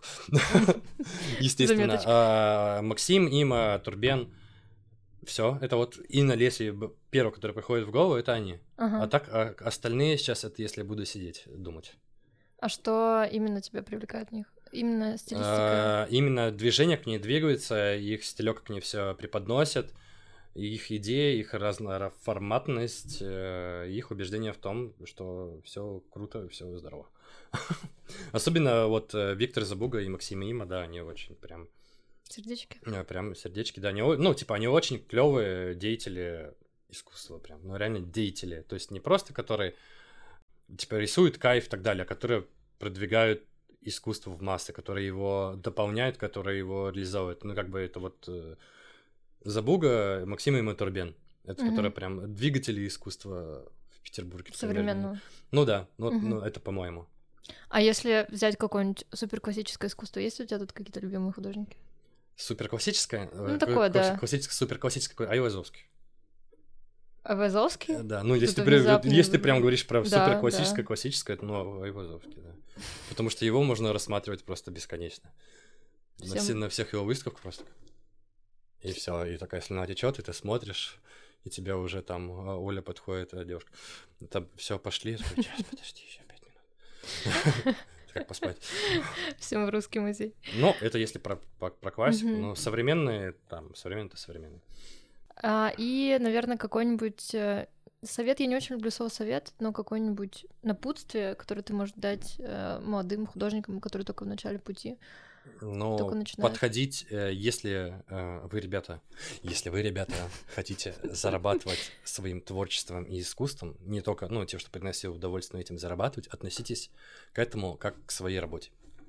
Естественно. Максим, Има, Турбен, все. Это вот Инна, Лесли, первый, который приходит в голову, это они. А так остальные сейчас, это если буду сидеть, думать. А что именно тебя привлекает в них? Именно стилистика? А, именно движение к ней двигается, их стилек к ней все преподносят, их идеи, их разноформатность, их убеждение в том, что все круто, все здорово. Особенно вот Виктор Забуга и Максим Има, да, они очень прям... Сердечки? Прям сердечки, да. Они, ну, типа, они очень клевые деятели искусства, прям, ну, реально деятели. То есть не просто, которые, типа, рисуют кайф и так далее, а которые продвигают искусство в массы, которые его дополняют, которые его реализовывают. Ну, как бы это вот э, Забуга, Максим и Турбен. Это mm-hmm. которые прям двигатели искусства в Петербурге. Современного. Ну да, ну, mm-hmm. ну это по-моему. А если взять какое-нибудь суперклассическое искусство, есть у тебя тут какие-то любимые художники? Суперклассическое? Ну, такое, да. Классическое, суперклассическое, Айвазовский. Айвазовский? Да, ну если, ты, если ты прям говоришь про да, суперклассическое, да. классическое, это ну Айвазовский, да. Потому что его можно рассматривать просто бесконечно. На, все, на всех его выставках просто. И все, и такая слюна течет, и ты смотришь, и тебя уже там Оля подходит, девушка. Там все, пошли, сейчас, подожди, еще пять минут. Как поспать. Всем в русский музей. Ну, это если про, про, про классику, mm-hmm. но современные, там, современные-то современные. А, и, наверное, какой-нибудь э, совет, я не очень люблю слово совет, но какое-нибудь напутствие, которое ты можешь дать э, молодым художникам, которые только в начале пути. Ну, подходить, э, если э, вы, ребята, если вы, ребята, хотите зарабатывать своим творчеством и искусством, не только, ну, тем, что приносил удовольствие этим зарабатывать, относитесь к этому как к своей работе.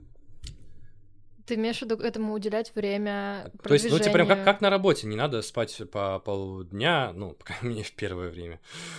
Ты имеешь в виду этому уделять время, продвижению? То есть, ну, тебе прям как, как на работе, не надо спать по полдня, ну, по крайней мере, в первое время.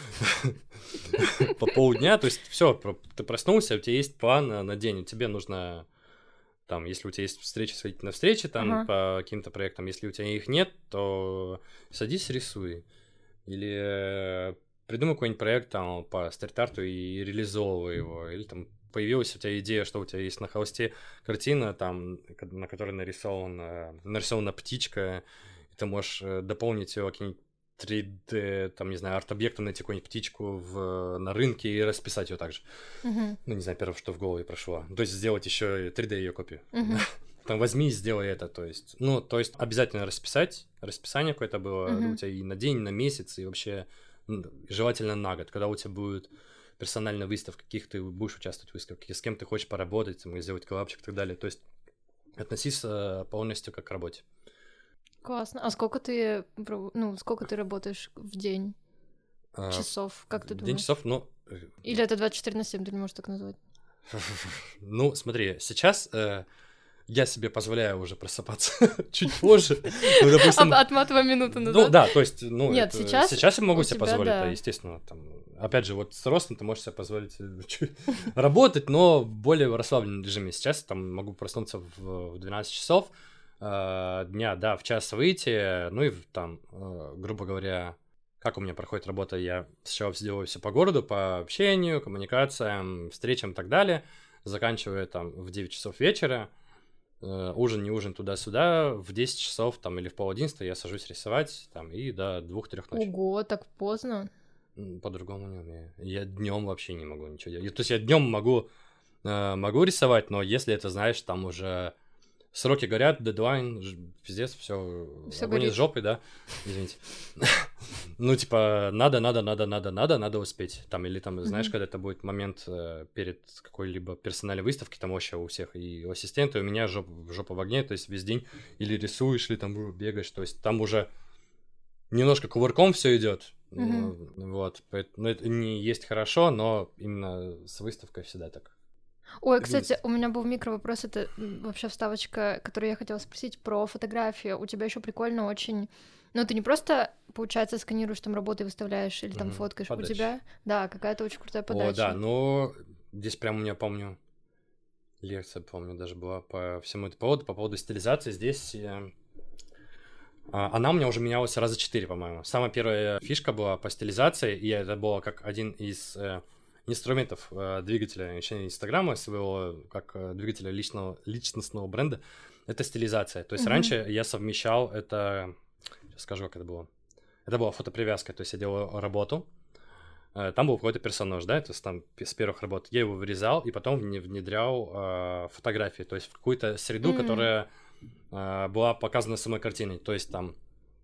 По полдня, то есть все, ты проснулся, у тебя есть план на день, тебе нужно... Там, если у тебя есть встреча, сходить на встречи там uh-huh. по каким-то проектам, если у тебя их нет, то садись, рисуй. Или придумай какой-нибудь проект там по стрит-арту и реализовывай его. Или там появилась у тебя идея, что у тебя есть на холсте картина, там, на которой нарисована, нарисована птичка, и ты можешь дополнить ее каким-нибудь три дэ, там, не знаю, арт-объектом, найти какую-нибудь птичку в, на рынке и расписать ее также. Uh-huh. Ну, не знаю, первое, что в голове прошло. То есть сделать еще три дэ ее копию. Uh-huh. Там возьми и сделай это, то есть. Ну, то есть обязательно расписать, расписание какое-то было uh-huh. у тебя и на день, и на месяц, и вообще ну, желательно на год, когда у тебя будет персональная выставка, каких ты будешь участвовать в выставках, с кем ты хочешь поработать, там, сделать коллапчик и так далее. То есть относись полностью как к работе. Классно. А сколько ты, ну, сколько ты работаешь в день? Часов, как ты думаешь? День часов, ну... Или это двадцать четыре на семь, ты не можешь так назвать? Ну, смотри, сейчас э, я себе позволяю уже просыпаться чуть позже. Ну, допустим... Отматывая минуту назад. Ну, да, то есть, ну, Нет, это... сейчас, сейчас я могу себе тебя, позволить, да. да, естественно, там, опять же, вот с ростом ты можешь себе позволить чуть работать, но в более расслабленном режиме. Сейчас там могу проснуться в двенадцать часов э, дня, да, в час выйти, ну и там, э, грубо говоря, как у меня проходит работа, я сначала сделаю все по городу, по общению, коммуникациям, встречам и так далее, заканчивая там в девять часов вечера, э, ужин, не ужин, туда-сюда, в десять часов там или в пол одиннадцатого я сажусь рисовать там и до двух-трех ночи. Ого, так поздно. По-другому не умею. Я днем вообще не могу ничего делать. То есть я днем могу, э, могу рисовать, но если это, знаешь, там уже сроки горят, дедлайн, ж- пиздец, все, Всё огонь горит. из жопы, да, извините. Ну, типа, надо, надо, надо, надо, надо, надо успеть. Там, или там, знаешь, Мгм. когда это будет момент э, перед какой-либо персональной выставкой, там вообще у всех и у ассистента, и у меня жопа, жопа в огне, то есть весь день или рисуешь, или там бегаешь, то есть там уже немножко кувырком все идет. Мгм. Вот, поэтому ну, это не есть хорошо, но именно с выставкой всегда так. Ой, Как кстати, говорится. у меня был микро-вопрос, это м, вообще вставочка, которую я хотела спросить про фотографию. У тебя еще прикольно очень... Ну, ты не просто, получается, сканируешь там работы и выставляешь или там Мгм. фоткаешь. Подача. У тебя, да, какая-то очень крутая О, подача. да, но здесь прям у меня, помню, лекция, помню, даже была по всему этому поводу, по поводу стилизации. Здесь э, а, она у меня уже менялась раза четыре, по-моему. Самая первая фишка была по стилизации, и это было как один из э, инструментов э, двигателя Инстаграма, своего, как э, двигателя личного, личностного бренда, это стилизация. То есть Мгм. раньше я совмещал это, сейчас скажу, как это было. Это была фотопривязка, то есть я делал работу, э, там был какой-то персонаж, да, то есть там п- с первых работ я его вырезал и потом вне- внедрял э, фотографии, то есть в какую-то среду, М. которая э, была показана самой картиной, то есть там,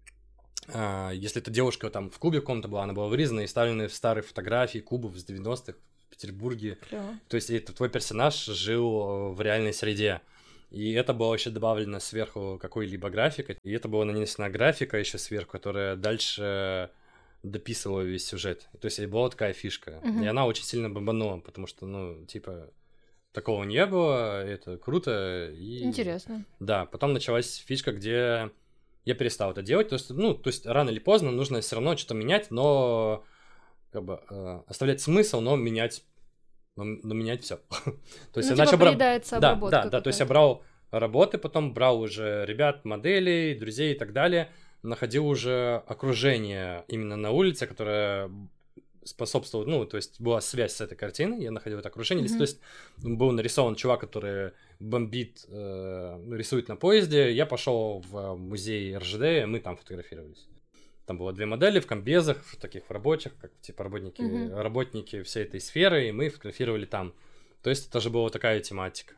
э, если эта девушка там в клубе в каком-то была, она была вырезана и вставлены в старые фотографии кубов с девяностых в Петербурге, Клёво. то есть это твой персонаж жил э, в реальной среде. И это было еще добавлено сверху какой-либо графикой. И это была нанесена графика еще сверху, которая дальше дописывала весь сюжет. То есть и была такая фишка. Мгм. И она очень сильно бомбанула, потому что, ну, типа, такого не было, это круто. И... Интересно. Да, потом началась фишка, где я перестал это делать. То есть, ну, то есть рано или поздно нужно все равно что-то менять, но как бы э, оставлять смысл, но менять но, но менять все. То есть Ну, я типа начал брать... приедается Да, обработка да, да, то есть я какая-то. брал работы, потом брал уже ребят, моделей, друзей и так далее, находил уже окружение именно на улице, которое способствовало, ну, то есть была связь с этой картиной, я находил это окружение, Мгм. то есть был нарисован чувак, который бомбит, э, ну, рисует на поезде, я пошел в музей эр жэ дэ, мы там фотографировались. Там было две модели в комбезах, в таких в рабочих, как типа работники, Мгм. работники всей этой сферы, и мы фотографировали там. То есть это же была такая тематика.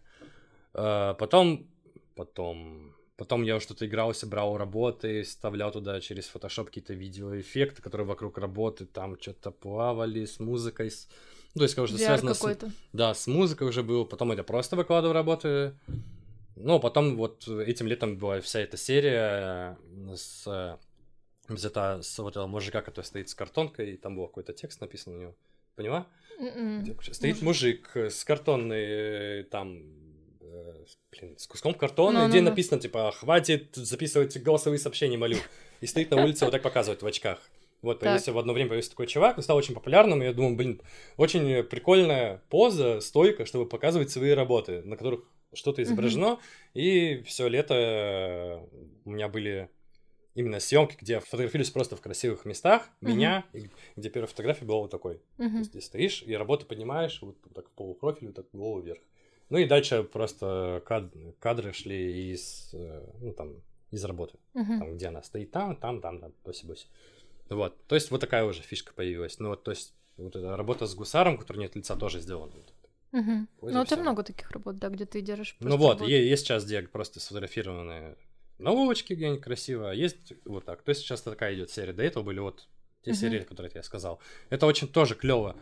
А, Потом, потом, потом я что-то игрался, брал работы, вставлял туда через Photoshop какие-то видеоэффекты, которые вокруг работы, там что-то плавали с музыкой, с... ну, то есть, как уже ви ар связано с... какой-то. Да, с музыкой уже было, потом я просто выкладывал работы. Ну, потом вот этим летом была вся эта серия с... взята с вот этого мужика, который стоит с картонкой, и там был какой-то текст написан у него. Поняла? М-м. Где стоит Мужик. мужик с картонной, э, там, э, блин, с куском картона, Ну, где ну, ну. написано, типа, хватит записывать голосовые сообщения, молю. И стоит на улице, вот так показывает в очках. Вот, Так. появился в одно время появился такой чувак, он стал очень популярным, и я думаю, блин, очень прикольная поза, стойка, чтобы показывать свои работы, на которых что-то изображено, и все лето э, у меня были именно съемки, где фотографировались просто в красивых местах, Мгм. меня, и где первая фотография была вот такой. То Мгм. есть ты стоишь и работу поднимаешь вот так в полупрофиль, вот так голову вверх. Ну и дальше просто кад- кадры шли из, э, ну там, из работы. Мгм. Там, где она стоит, там, там, там, там, боси-боси. Вот, то есть вот такая уже фишка появилась. Ну вот, то есть вот эта работа с гусаром, который нет лица, тоже сделана. Мгм. Позже Ну, это всё. много таких работ, да, где ты держишь Ну просто вот, работу. е- есть сейчас, где просто сфотографированы на улочке где-нибудь красиво, а есть вот так. То есть сейчас такая идет серия. До этого были вот те Мгм. серии, которые я сказал. Это очень тоже клево.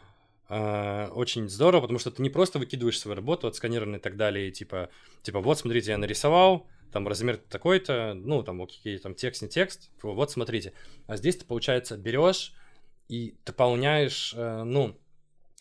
А, очень здорово, потому что ты не просто выкидываешь свою работу, отсканированную и так далее, и типа, типа, вот, смотрите, я нарисовал, там размер такой-то, ну, там, окей, там текст, не текст, вот, смотрите. А здесь ты, получается, берешь и дополняешь, э, ну,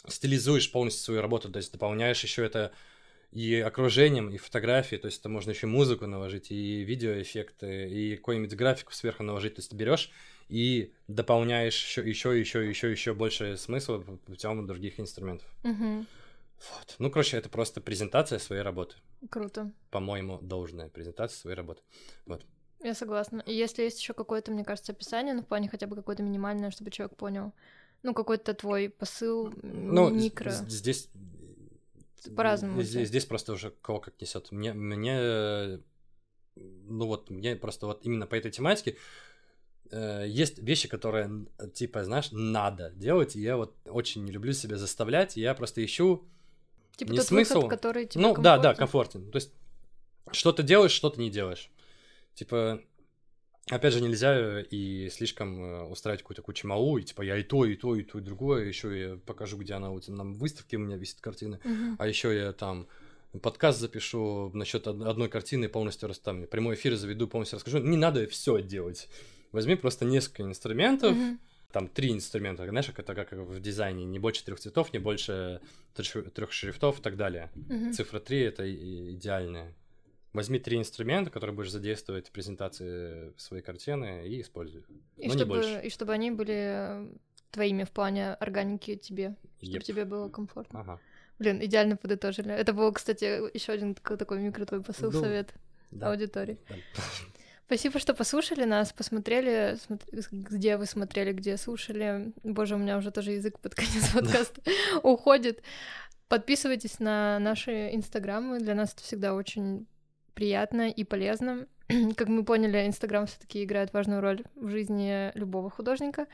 стилизуешь полностью свою работу, то есть дополняешь еще это и окружением, и фотографией, то есть это можно еще музыку наложить, и видеоэффекты, и какую-нибудь графику сверху наложить, то есть ты берешь и дополняешь еще, еще, еще, еще, еще больше смысла путем других инструментов. Угу. Вот. Ну, короче, это просто презентация своей работы. Круто. По-моему, должная презентация своей работы. Вот. Я согласна. И если есть еще какое-то, мне кажется, описание, ну, в плане хотя бы какое-то минимальное, чтобы человек понял, ну, какой-то твой посыл, ну, микро. Здесь... По-разному. Здесь, здесь просто уже кого как несет. Мне, мне, ну вот, мне просто вот именно по этой тематике э, есть вещи, которые, типа, знаешь, надо делать, и я вот очень не люблю себя заставлять, и я просто ищу типа не тот смысл... выход, который тебе Ну, комфортен. да, да, комфортен. То есть что-то делаешь, что-то не делаешь. Типа... Опять же, нельзя и слишком устраивать какую-то кучу малу, и типа я и то, и то, и то, и другое, еще я покажу, где она у тебя на выставке у меня висит картина, uh-huh. а еще я там подкаст запишу насчет одной картины, полностью там прямой эфир заведу, полностью расскажу. Не надо все делать. Возьми просто несколько инструментов, uh-huh. там три инструмента, знаешь, это как в дизайне, не больше трех цветов, не больше трех шрифтов и так далее. Uh-huh. Цифра три это идеальная. Возьми три инструмента, которые будешь задействовать в презентации своей картины, и используй их. И, но чтобы, не больше. И чтобы они были твоими в плане органики тебе, чтобы yep. тебе было комфортно. Ага. Блин, идеально подытожили. Это был, кстати, еще один такой, такой микро твой посыл, ну, совет да, аудитории. Да. Спасибо, что послушали нас, посмотрели, где вы смотрели, где слушали. Боже, у меня уже тоже язык под конец подкаста уходит. Подписывайтесь на наши инстаграмы, для нас это всегда очень приятно и полезно. Как мы поняли, Инстаграм все-таки играет важную роль в жизни любого художника.